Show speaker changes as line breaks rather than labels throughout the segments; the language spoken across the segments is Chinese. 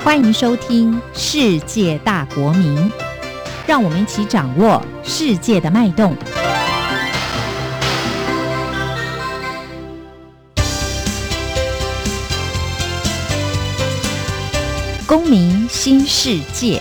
欢迎收听《世界大国民》，让我们一起掌握世界的脉动。公民新世界。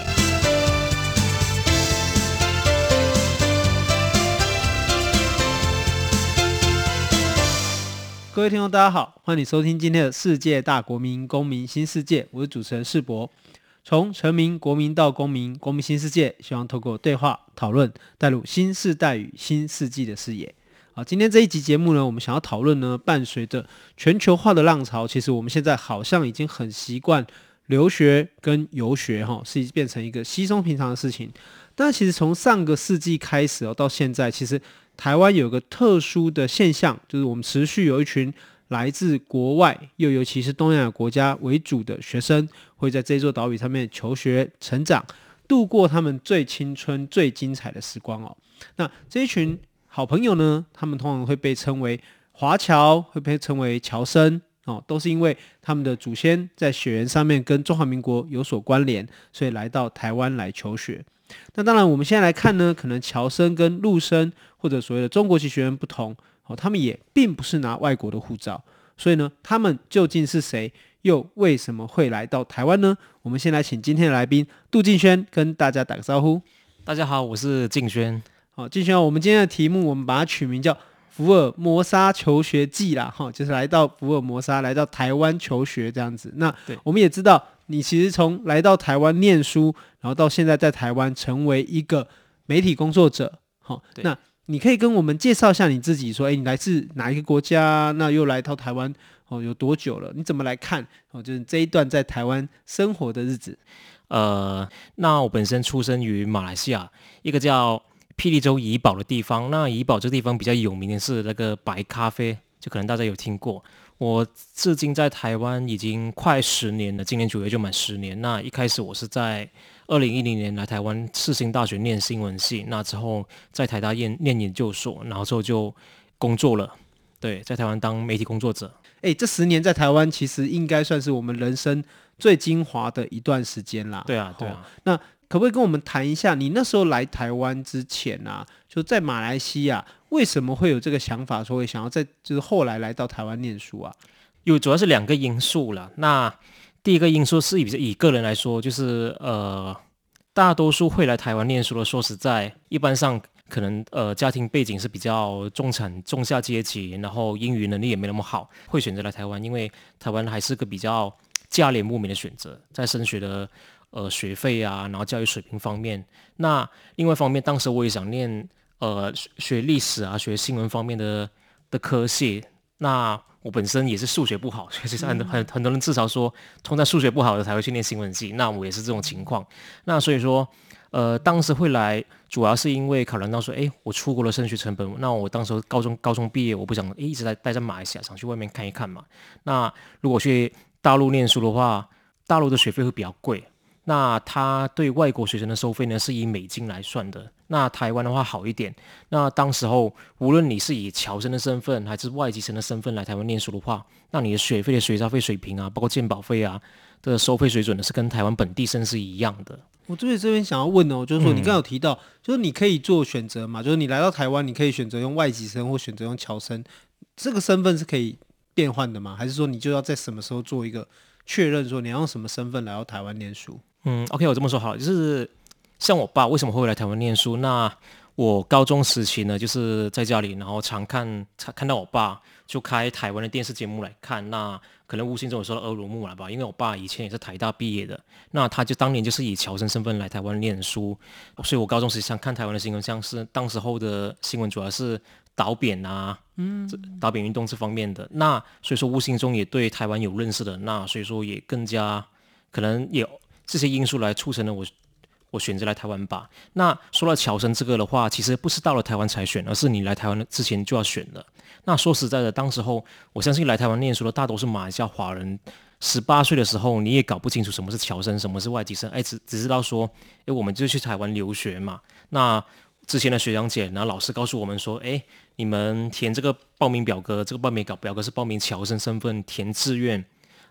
各位听众大家好，欢迎收听今天的世界大国民公民新世界，我是主持人世博。从臣民国民到公民，公民新世界，希望透过对话讨论，带入新世代与新世纪的视野。今天这一集节目呢，我们想要讨论呢，伴随着全球化的浪潮，其实我们现在好像已经很习惯留学跟游学是变成一个稀松平常的事情。但其实从上个世纪开始到现在，其实台湾有个特殊的现象，就是我们持续有一群来自国外，又尤其是东南亚国家为主的学生，会在这座岛屿上面求学、成长，度过他们最青春、最精彩的时光那这一群好朋友呢，他们通常会被称为华侨，会被称为侨生都是因为他们的祖先在血缘上面跟中华民国有所关联，所以来到台湾来求学。那当然我们现在来看呢，可能侨生跟陆生或者所谓的中国籍学员不同他们也并不是拿外国的护照，所以呢，他们究竟是谁，又为什么会来到台湾呢？我们先来请今天的来宾杜敬轩跟大家打个招呼。
大家好，我是敬轩。
敬轩，我们今天的题目我们把它取名叫福尔摩沙求学记啦，就是来到福尔摩沙，来到台湾求学这样子。那我们也知道你其实从来到台湾念书，然后到现在在台湾成为一个媒体工作者那你可以跟我们介绍一下你自己，说你来自哪一个国家，那又来到台湾有多久了？你怎么来看就是这一段在台湾生活的日子？
那我本身出生于马来西亚一个叫霹雳州怡保的地方。那怡保这个地方比较有名的是那个白咖啡，就可能大家有听过。我至今在台湾已经快10年了，今年9月就满10年。那一开始我是在2010年来台湾世新大学念新闻系，那之后在台大念研究所，然后之后就工作了。对，在台湾当媒体工作者。
这10年在台湾其实应该算是我们人生最精华的一段时间啦。
对啊。
那可不可以跟我们谈一下，你那时候来台湾之前就在马来西亚，为什么会有这个想法，说会想要就是后来到台湾念书啊？
主要是2个因素啦。那第一个因素是以个人来说，就是大多数会来台湾念书的，说实在，一般上可能家庭背景是比较中下阶级，然后英语能力也没那么好，会选择来台湾，因为台湾还是个比较价廉物美的选择，在升学的学费啊，然后教育水平方面。那另外一方面，当时我也想念学历史啊，学新闻方面的科系。那我本身也是数学不好，所以其实很多人自嘲说，通常数学不好的才会去念新闻系。那我也是这种情况。那所以说，当时会来，主要是因为考量到说，我出国的升学成本。那我当时高中毕业，我不想一直待在马来西亚，想去外面看一看嘛。那如果去大陆念书的话，大陆的学费会比较贵。那他对外国学生的收费呢，是以美金来算的。那台湾的话好一点。那当时候无论你是以侨生的身份还是外籍生的身份来台湾念书的话，那你的学费的学杂费水平啊，包括健保费啊的收费水准呢，是跟台湾本地生是一样的。
我这边想要问就是说你刚刚有提到，就是你可以做选择嘛，就是你来到台湾，你可以选择用外籍生或选择用侨生，这个身份是可以变换的吗？还是说你就要在什么时候做一个确认，说你要用什么身份来到台湾念书
？OK， 我这么说好了，就是像我爸为什么会来台湾念书？那我高中时期呢，就是在家里，然后常看到我爸就开台湾的电视节目来看，那可能无形中有受到耳濡目染吧，因为我爸以前也是台大毕业的，那他就当年就是以侨生身份来台湾念书，所以我高中时期常看台湾的新闻，像是当时候的新闻主要是岛扁啊，岛扁运动这方面的，那所以说无形中也对台湾有认识的，那所以说也更加可能也这些因素来促成了我选择来台湾吧。那说到侨生这个的话，其实不是到了台湾才选，而是你来台湾之前就要选的。那说实在的，当时候我相信来台湾念书的大多是马来西亚华人，18岁的时候你也搞不清楚什么是侨生，什么是外籍生，只知道说，我们就去台湾留学嘛。那之前的学长姐，然后老师告诉我们说，你们填这个报名表格，这个报名表格是报名侨生身份，填志愿。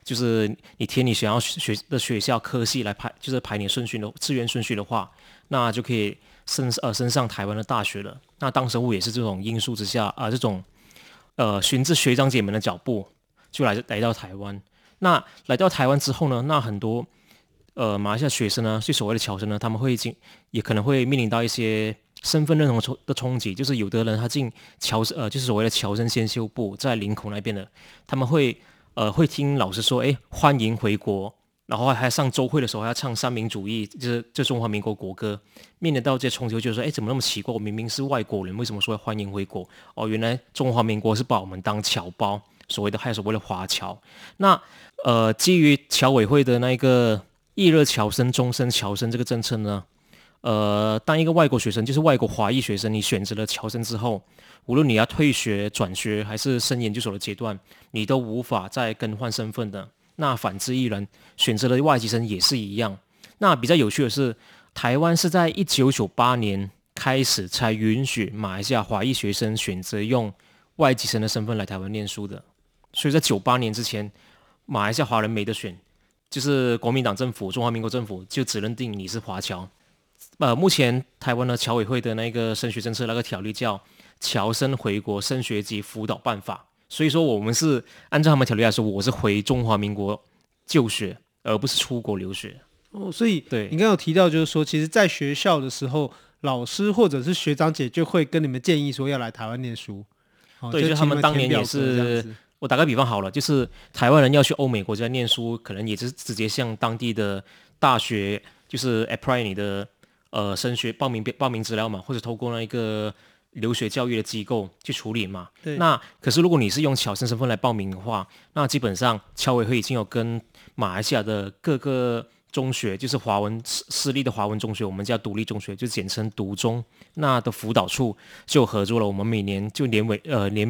就是你填你想要学的学校科系来排，就是排你顺序的志愿顺序的话，那就可以升上台湾的大学了。那当时我也是这种因素之下这种循着学长姐们的脚步，就来到台湾。那来到台湾之后呢，那很多马来西亚学生呢，就所谓的侨生呢，他们也可能会面临到一些身份认同的冲击，就是有的人他进就是所谓的侨生先修部，在林口那边的，他们会听老师说，欢迎回国，然后还上周会的时候还要唱三民主义，就是中华民国国歌，面临到这些冲击，就是说，怎么那么奇怪？我明明是外国人，为什么说欢迎回国？哦，原来中华民国是把我们当侨胞，还有所谓的华侨。那基于侨委会的那个一热侨生、终身侨生这个政策呢，当一个外国学生，就是外国华裔学生，你选择了侨生之后，无论你要退学、转学还是升研究所的阶段，你都无法再更换身份的。那反之亦然，选择了外籍生也是一样。那比较有趣的是，台湾是在1998年开始才允许马来西亚华裔学生选择用外籍生的身份来台湾念书的。所以在98年之前，马来西亚华人没得选，就是国民党政府、中华民国政府就只认定你是华侨。目前台湾的侨委会的那个升学政策那个条例叫《侨生回国升学及辅导办法》，所以说我们是按照他们条例来说，我是回中华民国就学，而不是出国留学。
所以
对
你刚刚有提到，就是说，其实在学校的时候，老师或者是学长姐就会跟你们建议说要来台湾念书。
对，就他们当年也是。我打个比方好了，就是台湾人要去欧美国家念书，可能也是直接向当地的大学就是 apply 你的升学报名资料嘛，或者透过那一个留学教育的机构去处理嘛。
对。
那可是如果你是用侨生身份来报名的话，那基本上侨委会已经有跟马来西亚的各个中学，就是私立的华文中学，我们叫独立中学，就简称独中，那的辅导处就合作了。我们每年就年尾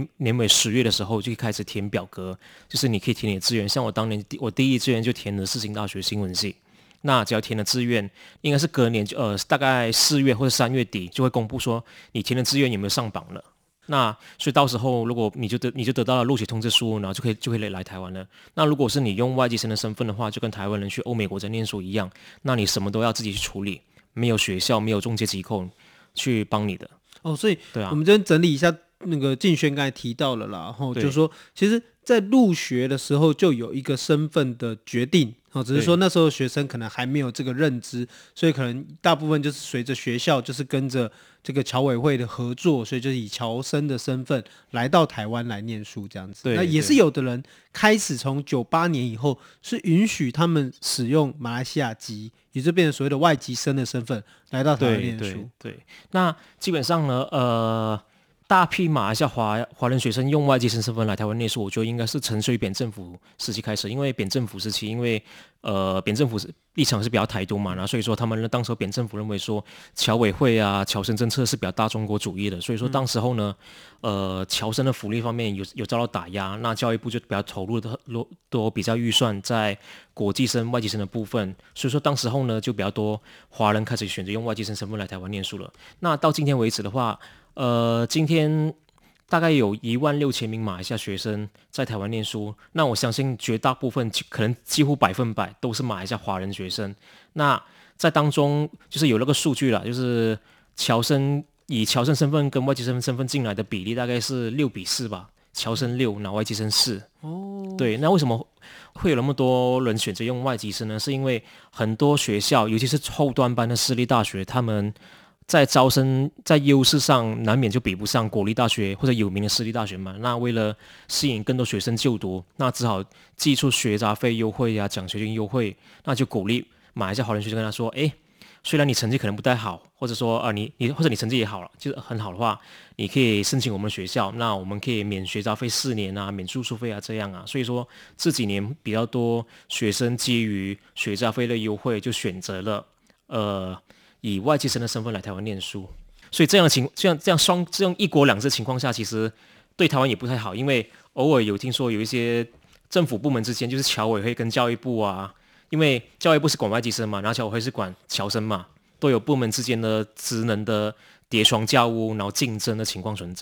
10月的时候就开始填表格，就是你可以填你的志愿。像我当年我第一志愿就填了世新大学新闻系，那只要填了志愿，应该是隔年大概4月或者3月底就会公布说你填的志愿有没有上榜了。那所以到时候如果你就得到了录取通知书，然后就可以来台湾了。那如果是你用外籍生的身份的话，就跟台湾人去欧美国家念书一样，那你什么都要自己去处理，没有学校没有中介机构去帮你的。
所以我们这边整理一下那个敬轩刚才提到了啦，然后就是说，其实在入学的时候就有一个身份的决定，只是说那时候学生可能还没有这个认知，所以可能大部分就是随着学校就是跟着这个侨委会的合作，所以就是以侨生的身份来到台湾来念书这样子。那也是有的人开始从98年以后是允许他们使用马来西亚籍，也就变成所谓的外籍生的身份来到台湾念书。
对，那基本上呢，大批马来西亚华人学生用外籍生身份来台湾念书，我觉得应该是陈水扁政府时期开始。因为扁政府时期，因为扁政府立场是比较台独嘛，然后所以说他们当时扁政府认为说侨委会啊侨生政策是比较大中国主义的，所以说当时候呢，侨生的福利方面有遭到打压，那教育部就比较投入的多比较预算在国际生外籍生的部分，所以说当时候呢就比较多华人开始选择用外籍生身份来台湾念书了。那到今天为止的话，今天大概有16000名马来西亚学生在台湾念书，那我相信绝大部分可能几乎100%都是马来西亚华人学生。那在当中就是有那个数据了，就是以侨生身份跟外籍生身份进来的比例大概是6:4吧，侨生6，那外籍生4。对，那为什么会有那么多人选择用外籍生呢？是因为很多学校，尤其是后端班的私立大学，他们在招生在优势上难免就比不上国立大学或者有名的私立大学嘛。那为了吸引更多学生就读，那只好寄出学杂费优惠啊、奖学金优惠，那就鼓励马来西亚华人学生跟他说，虽然你成绩可能不太好，或者说你或者你成绩也好了，就是很好的话，你可以申请我们学校，那我们可以免学杂费4年啊，免住宿费啊，这样啊。所以说这几年比较多学生基于学杂费的优惠，就选择了以外籍生的身份来台湾念书。所以这样一国两制情况下，其实对台湾也不太好，因为偶尔有听说有一些政府部门之间，就是侨委会跟教育部啊。因为教育部是管外籍生嘛，然后侨委会是管侨生嘛，都有部门之间的职能的叠床架屋，然后竞争的情况存在。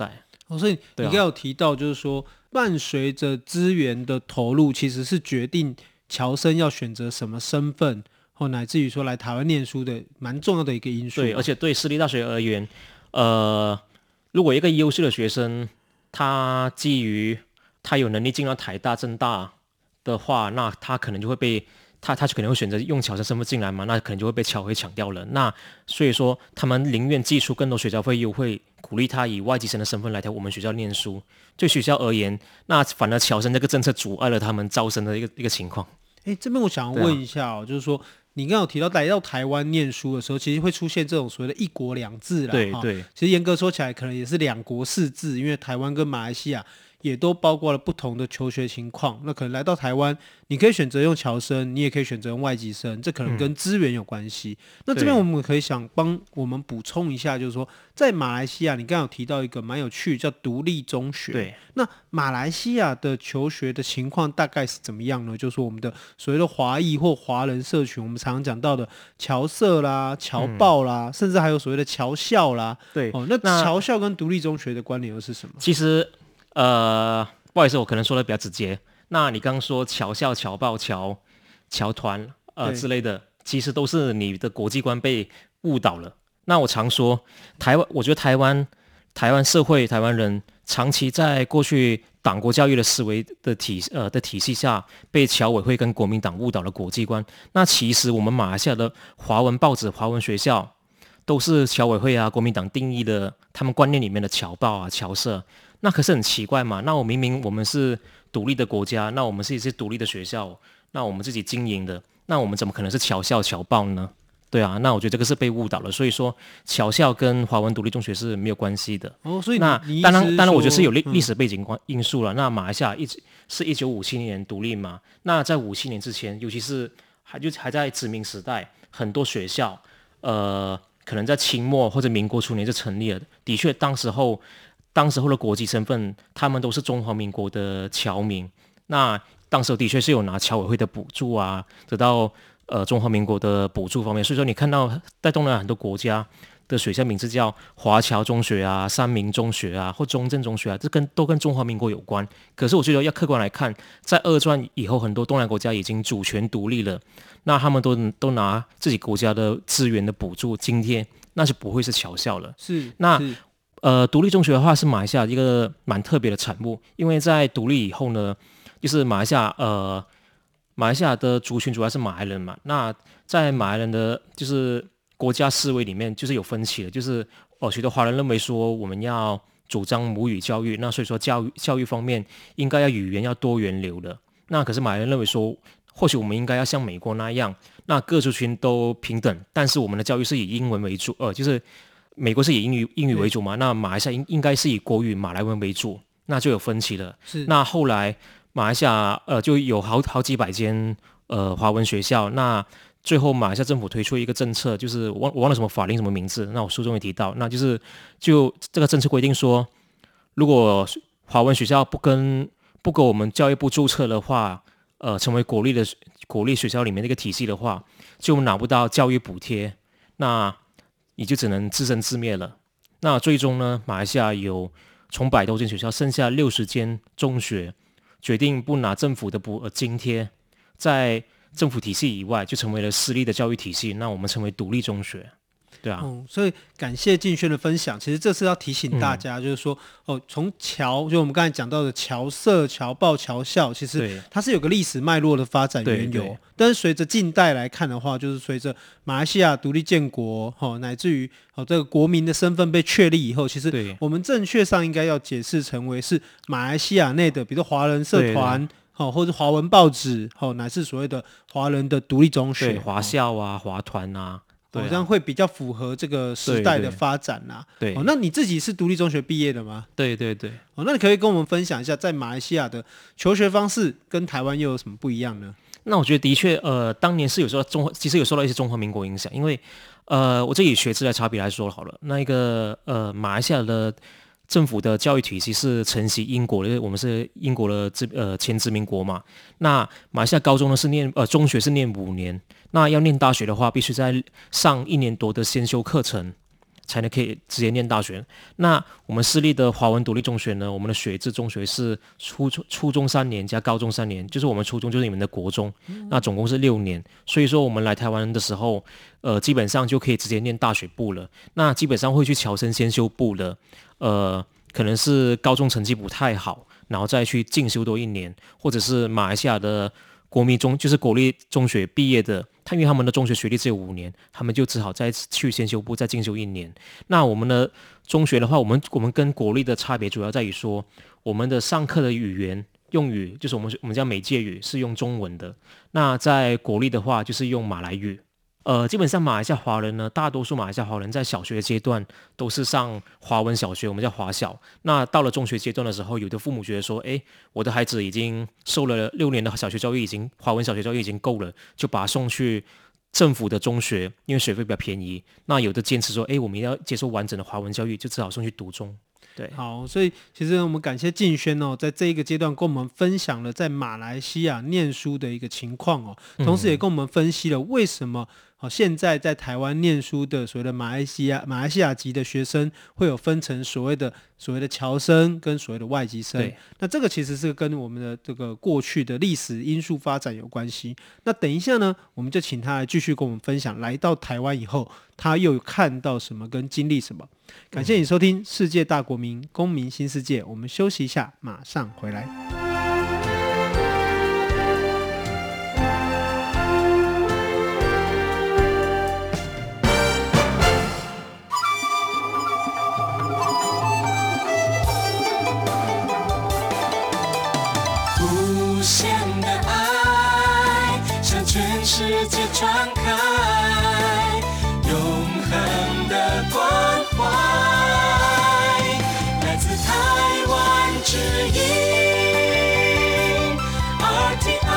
所以你
对啊
刚刚有提到，就是说伴随着资源的投入，其实是决定侨生要选择什么身份，乃至于说来台湾念书的蛮重要的一个因素。
对，而且对私立大学而言，如果一个优秀的学生，他基于他有能力进到台大、政大的话，那他可能就会被他就可能会选择用侨生身份进来嘛，那可能就会被侨会抢掉了。那所以说，他们宁愿寄出更多学校费优惠，鼓励他以外籍生的身份来我们学校念书。对学校而言，那反而侨生这个政策阻碍了他们招生的一个情况。
这边我想要问一下就是说，你刚刚有提到来到台湾念书的时候，其实会出现这种所谓的一国两制啦。
对，
其实严格说起来，可能也是两国四制，因为台湾跟马来西亚也都包括了不同的求学情况。那可能来到台湾，你可以选择用侨生，你也可以选择用外籍生，这可能跟资源有关系。那这边我们可以想帮我们补充一下，就是说，在马来西亚，你刚刚有提到一个蛮有趣叫独立中学。
对，
那马来西亚的求学的情况大概是怎么样呢？就是说我们的所谓的华裔或华人社群，我们常常讲到的侨社啦、侨报啦，甚至还有所谓的侨校啦。
对，
那侨校跟独立中学的关联又是什么？
其实不好意思，我可能说的比较直接。那你刚刚说侨校、侨报、侨团之类的，其实都是你的国际观被误导了。那我常说，我觉得台湾社会、台湾人长期在过去党国教育的思维的体系下，被侨委会跟国民党误导了国际观。那其实我们马来西亚的华文报纸、华文学校，都是侨委会啊、国民党定义的他们观念里面的侨报啊、侨社。那可是很奇怪嘛，那我明我们是独立的国家，那我们是一些独立的学校，那我们自己经营的，那我们怎么可能是侨校侨报呢？对啊，那我觉得这个是被误导了。所以说侨校跟华文独立中学是没有关系的。
所以
那
你
当然我觉得是有历史背景因素了。那马来西亚是1957年独立嘛，那在57年之前，尤其是还在殖民时代，很多学校可能在清末或者民国初年就成立了。的确，当时候的国籍身份，他们都是中华民国的侨民。那当时的确是有拿侨委会的补助啊，得到中华民国的补助方面。所以说，你看到在东南亚很多国家的学校名字叫华侨中学啊、三民中学啊或中正中学啊，这都跟中华民国有关。可是我觉得要客观来看，在二战以后，很多东南亚国家已经主权独立了，那他们都拿自己国家的资源的补助津贴，那就不会是侨校了。独立中学的话是马来西亚一个蛮特别的产物，因为在独立以后呢，就是马来西亚的族群主要是马来人嘛，那在马来人的就是国家思维里面就是有分歧的，就是许多华人认为说我们要主张母语教育，那所以说教育方面应该要语言要多元流的，那可是马来人认为说或许我们应该要像美国那样，那各族群都平等，但是我们的教育是以英文为主，就是美国是以英语为主嘛，那马来西亚应该是以国语马来文为主，那就有分歧了。那后来马来西亚就有好几百间华文学校，那最后马来西亚政府推出一个政策，就是我忘了什么法令什么名字，那我书中也提到，那就是这个政策规定说，如果华文学校不跟我们教育部注册的话，成为国立学校里面的一个体系的话，就拿不到教育补贴，那你就只能自生自灭了。那最终呢，马来西亚有从100多间学校，剩下60间中学决定不拿政府的津贴，在政府体系以外就成为了私立的教育体系，那我们成为独立中学。对啊，
所以感谢敬轩的分享。其实这是要提醒大家，就是说，从侨，就我们刚才讲到的侨社、侨报、侨校，其实它是有个历史脉络的发展缘由。但是随着近代来看的话，就是随着马来西亚独立建国，乃至于这个国民的身份被确立以后，其实我们正确上应该要解释成为是马来西亚内的，比如说华人社团。或者华文报纸，乃至所谓的华人的独立中学、
华校啊、华团啊，
这样会比较符合这个时代的发展啦。
对，
那你自己是独立中学毕业的吗？
对。
那你可以跟我们分享一下，在马来西亚的求学方式跟台湾又有什么不一样呢？
那我觉得的确，当年是其实有受到一些中华民国影响，因为我这以学制的差别来说好了，那一个马来西亚的政府的教育体系是承袭英国的，因为我们是英国的前殖民国嘛。那马来西亚高中呢中学是念5年，那要念大学的话，必须在上1年多的先修课程， 才能可以直接念大学。那我们私立的华文独立中学呢，我们的学制中学是初中3年加高中3年，就是我们初中就是你们的国中，那总共是6年。所以说我们来台湾的时候，基本上就可以直接念大学部了。那基本上会去侨生先修部的，可能是高中成绩不太好，然后再去进修多1年，或者是马来西亚的就是国立中学毕业的，因为他们的中学学历只有5年，他们就只好再去先修部再进修1年。那我们的中学的话，我们跟国立的差别主要在于说，我们的上课的用语就是我们叫媒介语是用中文的，那在国立的话就是用马来语。基本上马来西亚华人呢，大多数马来西亚华人在小学阶段都是上华文小学，我们叫华小。那到了中学阶段的时候，有的父母觉得说，我的孩子已经受了6年的小学教育，华文小学教育已经够了，就把他送去政府的中学，因为学费比较便宜。那有的坚持说，我们要接受完整的华文教育，就只好送去读中。对，
好，所以其实我们感谢敬轩在这一个阶段跟我们分享了在马来西亚念书的一个情况同时也跟我们分析了为什么现在在台湾念书的所谓的马来西亚籍的学生会有分成所谓的侨生跟所谓的外籍生。
对，
那这个其实是跟我们的这个过去的历史因素发展有关系。那等一下呢，我们就请他来继续跟我们分享来到台湾以后他又看到什么跟经历什么。感谢你收听世界大国民公民新世界，我们休息一下，马上回来。
无限的爱向全世界传开，永恒的关怀，来自台湾之音 RTI。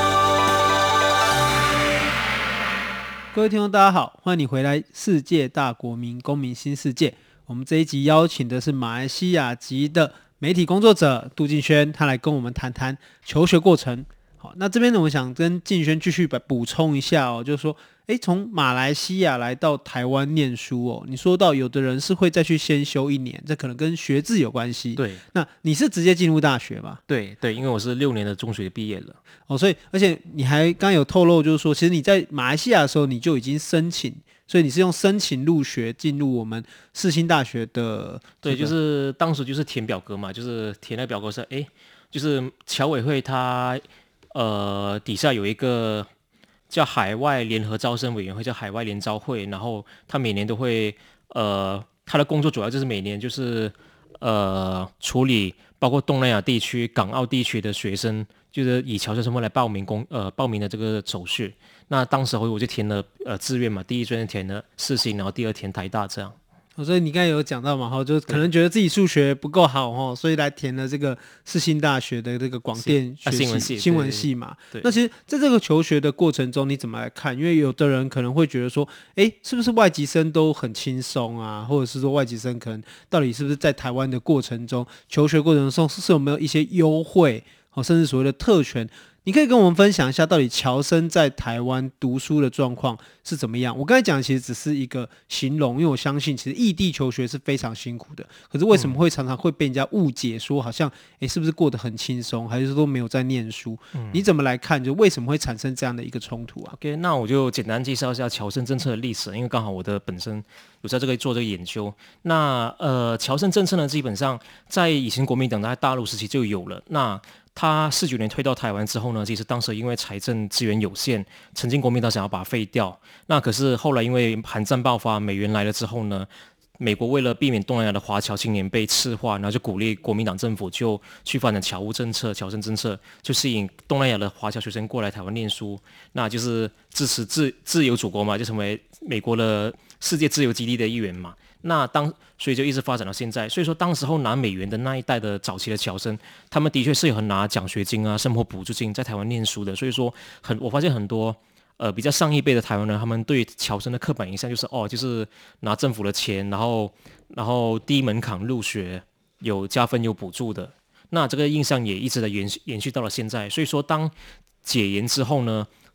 各位听众大家好，欢迎你回来世界大国民公民新世界。我们这一集邀请的是马来西亚籍的媒体工作者杜敬轩，他来跟我们谈谈求学过程。好，那这边呢，我想跟敬轩继续补充一下就是说，从马来西亚来到台湾念书你说到有的人是会再去先修1年，这可能跟学制有关系。
对，
那你是直接进入大学吗？
对，因为我是6年的中学毕业了。
所以而且你还刚有透露，就是说，其实你在马来西亚的时候你就已经申请。所以你是用申请入学进入我们世新大学的，
对，就是当时就是填表格嘛，就是填那表格是，就是侨委会它底下有一个叫海外联合招生委员会，叫海外联招会，然后他每年都会他的工作主要就是每年就是处理包括东南亚地区、港澳地区的学生，就是以侨生身份来报名的这个手续。那当时我就填了志愿嘛，第一志愿填了世新，然后第2填台大这样。
所以你刚才有讲到嘛，就可能觉得自己数学不够好所以来填了这个世新大学的这个广电学系新闻系嘛。
对，
那其实在这个求学的过程中你怎么来看？因为有的人可能会觉得说，是不是外籍生都很轻松啊？或者是说外籍生可能到底是不是在台湾的过程中求学过程中是有没有一些优惠甚至所谓的特权？你可以跟我们分享一下，到底侨生在台湾读书的状况是怎么样？我刚才讲的其实只是一个形容，因为我相信其实异地求学是非常辛苦的。可是为什么会常常会被人家误解说，好像是不是过得很轻松，还是说没有在念书？你怎么来看？就为什么会产生这样的一个冲突啊
？OK， 那我就简单介绍一下侨生政策的历史，因为刚好我的本身有在做这个研究。那侨生政策呢，基本上在以前国民党在大陆时期就有了。那他49年推到台湾之后呢，其实当时因为财政资源有限，曾经国民党想要把它废掉。那可是后来因为韩战爆发，美援来了之后呢，美国为了避免东南亚的华侨青年被赤化，然后就鼓励国民党政府就去发展侨务政策、侨生政策，就吸引东南亚的华侨学生过来台湾念书，那就是支持自由祖国嘛，就成为美国的世界自由基地的一员嘛。所以就一直发展到现在。所以说当时候拿美元的那一代的早期的侨生，他们的确是有拿奖学金啊、生活补助金在台湾念书的。所以说我发现很多比较上一辈的台湾人，他们对侨生的刻板印象就是就是拿政府的钱，然后低门槛入学，有加分有补助的。那这个印象也一直在延续到了现在。所以说当解严之后呢，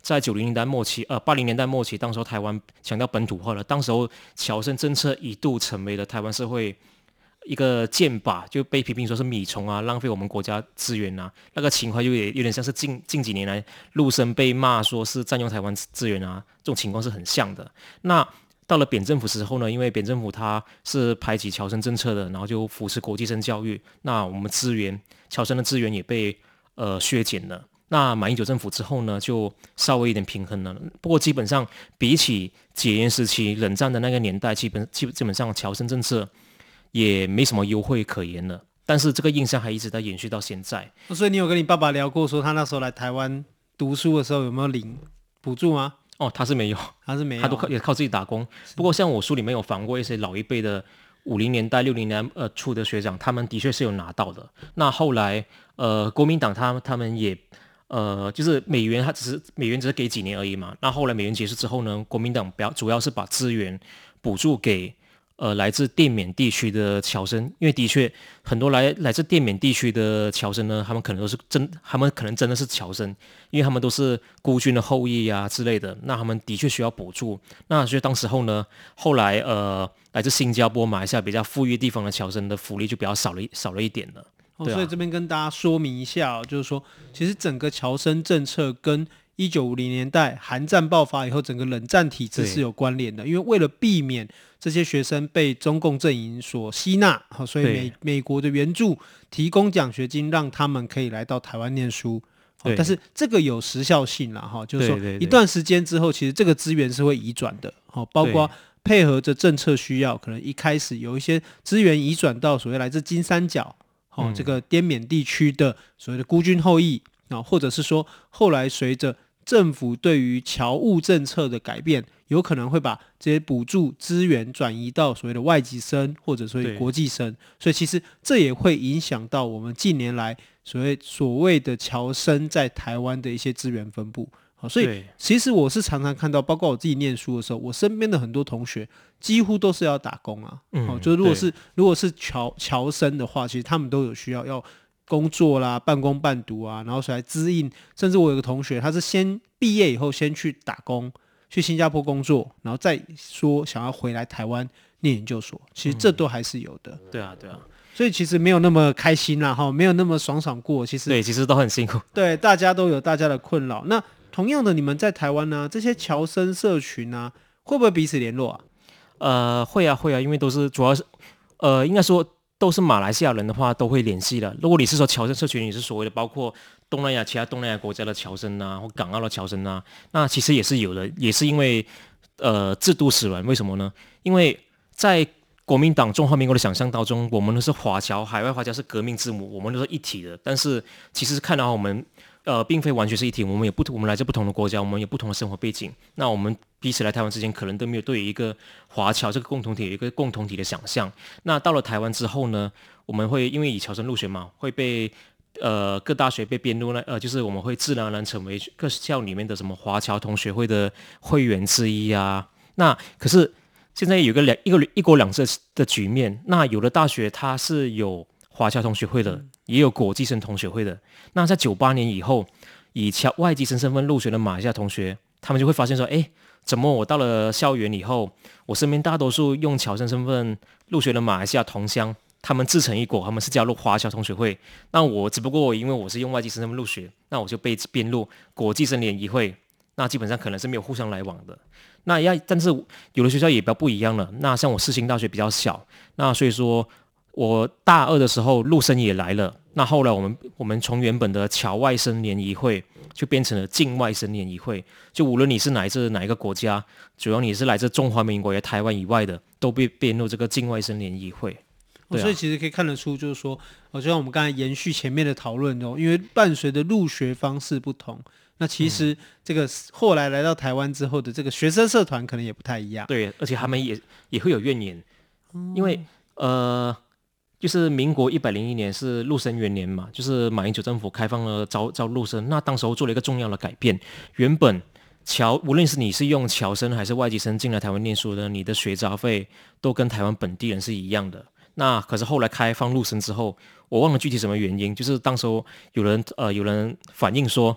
在90年代末期，80年代末期，当时候台湾强调本土化了，当时候侨生政策一度成为了台湾社会一个箭靶，就被批评说是米虫啊，浪费我们国家资源啊，那个情况就有点像是近几年来陆生被骂说是占用台湾资源啊，这种情况是很像的。那到了扁政府时候呢，因为扁政府它是排挤侨生政策的，然后就扶持国际生教育，那我们侨生的资源也被削减了。那马英九政府之后呢，就稍微一点平衡了。不过基本上比起解严时期冷战的那个年代，基本上侨生政策也没什么优惠可言了。但是这个印象还一直在延续到现在。
所以你有跟你爸爸聊过，说他那时候来台湾读书的时候有没有领补助吗？
哦，他是没有，他都也靠自己打工。不过像我书里面有访过一些老一辈的50年代、60年代初的学长，他们的确是有拿到的。那后来国民党他们也就是美元只是给几年而已嘛。那后来美元结束之后呢，国民党主要是把资源补助给来自滇缅地区的侨生，因为的确很多来自滇缅地区的侨生呢，他们可能真的是侨生，因为他们都是孤军的后裔啊之类的，那他们的确需要补助。那所以当时候呢，后来来自新加坡、马来西亚比较富裕地方的侨生的福利就比较少了一点了。
所以这边跟大家说明一下就是说，其实整个侨生政策跟1950年代韩战爆发以后整个冷战体制是有关联的，因为为了避免这些学生被中共阵营所吸纳，所以美国的援助提供奖学金让他们可以来到台湾念书。但是这个有时效性啦，就是说一段时间之后其实这个资源是会移转的，包括配合着政策需要，可能一开始有一些资源移转到所谓来自金三角这个滇缅地区的所谓的孤军后裔，或者是说后来随着政府对于侨务政策的改变，有可能会把这些补助资源转移到所谓的外籍生或者所谓国际生，所以其实这也会影响到我们近年来所谓的侨生在台湾的一些资源分布。所以其实我是常常看到，包括我自己念书的时候，我身边的很多同学几乎都是要打工啊。就如果是侨生的话，其实他们都有需要工作啦，半工半读啊，然后来支应。甚至我有个同学，他是先毕业以后先去打工，去新加坡工作，然后再说想要回来台湾念研究所。其实这都还是有的。
对啊。
所以其实没有那么开心啦，没有那么爽过。其
实都很辛苦。
对，大家都有大家的困扰。那同样的，你们在台湾呢，这些侨生社群呢，会不会彼此联络啊？
会啊，因为都是主要是应该说都是马来西亚人的话都会联系的。如果你是说侨生社群，你是所谓的包括其他东南亚国家的侨生啊，或港澳的侨生啊，那其实也是有的，也是因为制度使然。为什么呢？因为在国民党中华民国的想象当中，我们都是华侨，海外华侨是革命之母，我们都是一体的。但是其实看到我们并非完全是一体，我们来自不同的国家，我们有不同的生活背景。那我们彼此来台湾之前，可能都没有对于一个华侨这个共同体有一个共同体的想象。那到了台湾之后呢，我们会因为以侨生入学嘛，会被各大学被编入就是我们会自然而然成为各校里面的什么华侨同学会的会员之一啊。那可是现在有一国两制的局面，那有的大学它是有华侨同学会的，也有国际生同学会的。那在98年以后，以外籍生身份入学的马来西亚同学，他们就会发现说，怎么我到了校园以后，我身边大多数用侨生身份入学的马来西亚同乡，他们自成一国，他们是加入华侨同学会。那我只不过因为我是用外籍生身份入学，那我就被编入国际生联谊会。那基本上可能是没有互相来往的。但是有的学校也比较不一样了。那像我世新大学比较小，那所以说我大二的时候陆生也来了。那后来我们从原本的侨外生联谊会就变成了境外生联谊会，就无论你是来自哪一个国家，主要你是来自中华民国也台湾以外的，都被编入这个境外生联谊会。
所以其实可以看得出，就是说，就像我们刚才延续前面的讨论因为伴随的入学方式不同，那其实这个后来到台湾之后的这个学生社团可能也不太一样。
对，而且他们也会有怨言，因为就是民国101年是陆生元年嘛，就是马英九政府开放了招陆生，那当时候做了一个重要的改变，原本无论是你是用侨生还是外籍生进来台湾念书的，你的学杂费都跟台湾本地人是一样的。那可是后来开放陆生之后，我忘了具体什么原因，就是当时候有人反映说，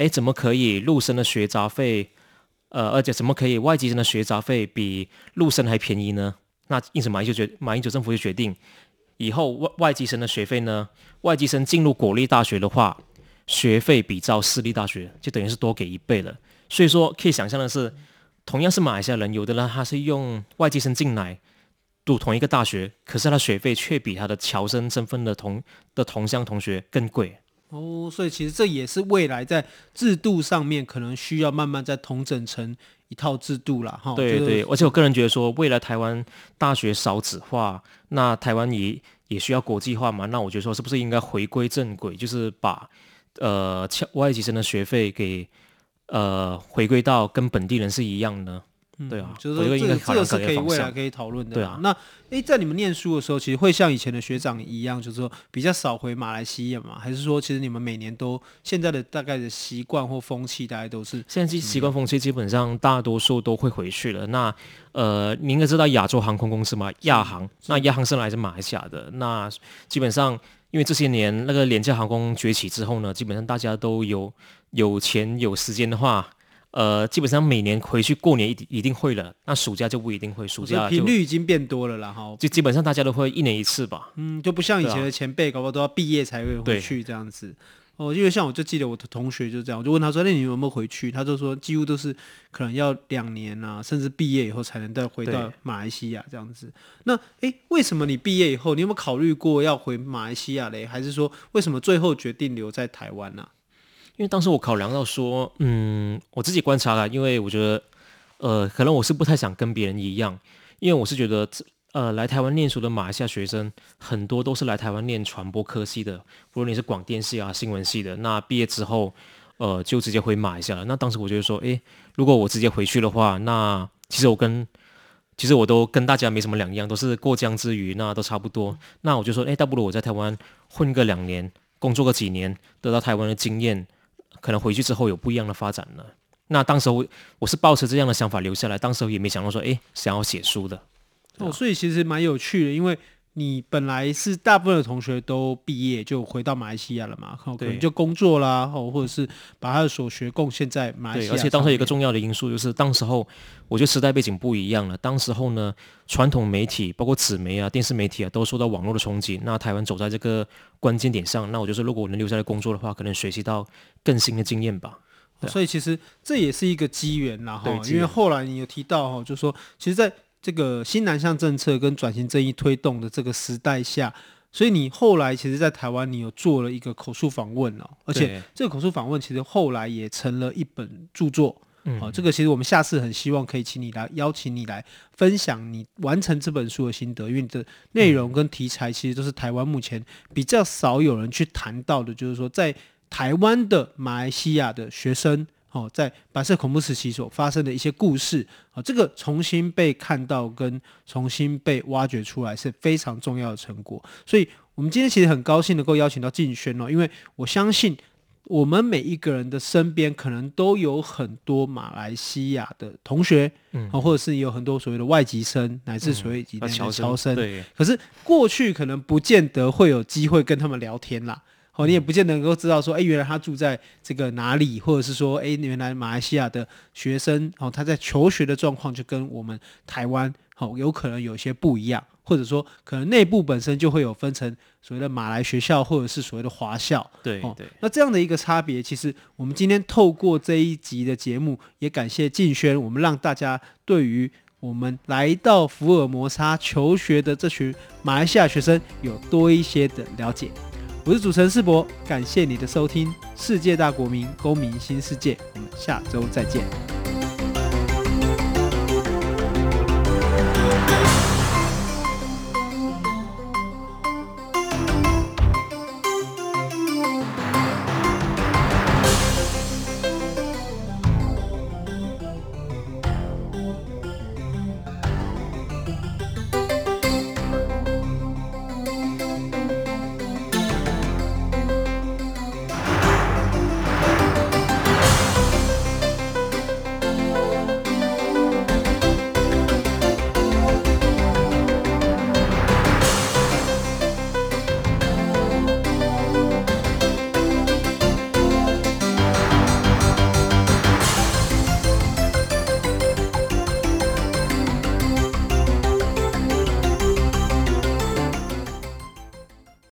怎么可以陆生的学杂费，而且怎么可以外籍生的学杂费比陆生还便宜呢？那因此马英九政府就决定，以后外籍生的学费呢，外籍生进入国立大学的话，学费比照私立大学，就等于是多给1倍了。所以说可以想象的是，同样是马来西亚人，有的人他是用外籍生进来读同一个大学，可是他的学费却比他的侨生身份的同乡同学更贵。
所以其实这也是未来在制度上面可能需要慢慢再统整成一套制度啦。
对对，而且我个人觉得说，未来台湾大学少子化，那台湾也需要国际化嘛，那我觉得说是不是应该回归正轨，就是把外籍生的学费给回归到跟本地人是一样的。对啊，
就是说这个是可以未来可以讨论的。
对啊，
那在你们念书的时候，其实会像以前的学长一样，就是说比较少回马来西亚嘛？还是说其实你们每年都现在的大概的习惯或风气，大概都是
现在习惯风气基本上大多数都会回去了。那你应该知道亚洲航空公司嘛？亚航，那亚航是来自马来西亚的。那基本上因为这些年那个廉价航空崛起之后呢，基本上大家都有钱有时间的话。基本上每年回去过年一定会了，那暑假就不一定会，暑假
频率已经变多了啦，
就基本上大家都会1年1次吧。
就不像以前的前辈，搞不好都要毕业才会回去这样子。因为像我就记得我的同学就这样，我就问他说：“那你有没有回去？”他就说几乎都是可能要2年啊，甚至毕业以后才能再回到马来西亚这样子。那为什么你毕业以后，你有没有考虑过要回马来西亚嘞？还是说为什么最后决定留在台湾呢？
因为当时我考量到说，我自己观察了，因为我觉得，可能我是不太想跟别人一样，因为我是觉得，来台湾念书的马来西亚学生很多都是来台湾念传播科系的，不论你是广电系啊、新闻系的，那毕业之后，就直接回马来西亚了。那当时我觉得说，如果我直接回去的话，那其实我都跟大家没什么两样，都是过江之鱼，那都差不多。那我就说，倒不如我在台湾混个2年，工作个几年，得到台湾的经验。可能回去之后有不一样的发展了。那当时我是抱持这样的想法留下来，当时也没想到说，想要写书的。
所以其实蛮有趣的，因为你本来是大部分的同学都毕业就回到马来西亚了嘛，可能就工作啦，或者是把他的所学贡献在马来西亚。
对，而且当时有一个重要的因素就是，当时候我觉得时代背景不一样了。当时候呢，传统媒体包括纸媒啊、电视媒体啊，都受到网络的冲击。那台湾走在这个关键点上，那我就说，如果我能留下来工作的话，可能学习到更新的经验吧。
所以其实这也是一个机缘啦，因为后来你有提到就是说，其实在这个新南向政策跟转型正义推动的这个时代下，所以你后来其实在台湾你有做了一个口述访问而且这个口述访问其实后来也成了一本著作。这个其实我们下次很希望可以邀请你来分享你完成这本书的心得，因为你的内容跟题材其实都是台湾目前比较少有人去谈到的，就是说在台湾的马来西亚的学生在白色恐怖时期所发生的一些故事这个重新被看到跟重新被挖掘出来是非常重要的成果。所以我们今天其实很高兴能够邀请到敬轩因为我相信我们每一个人的身边可能都有很多马来西亚的同学或者是有很多所谓的外籍生乃至所谓的侨生，可是过去可能不见得会有机会跟他们聊天啦，你也不见得能够知道说，原来他住在这个哪里，或者是说，原来马来西亚的学生他在求学的状况就跟我们台湾有可能有些不一样，或者说可能内部本身就会有分成所谓的马来学校或者是所谓的华校。
对，
那这样的一个差别，其实我们今天透过这一集的节目，也感谢敬轩，我们让大家对于我们来到福尔摩沙求学的这群马来西亚学生有多一些的了解。我是主持人世博，感谢你的收听，世界大国民，公民新世界，我们下周再见。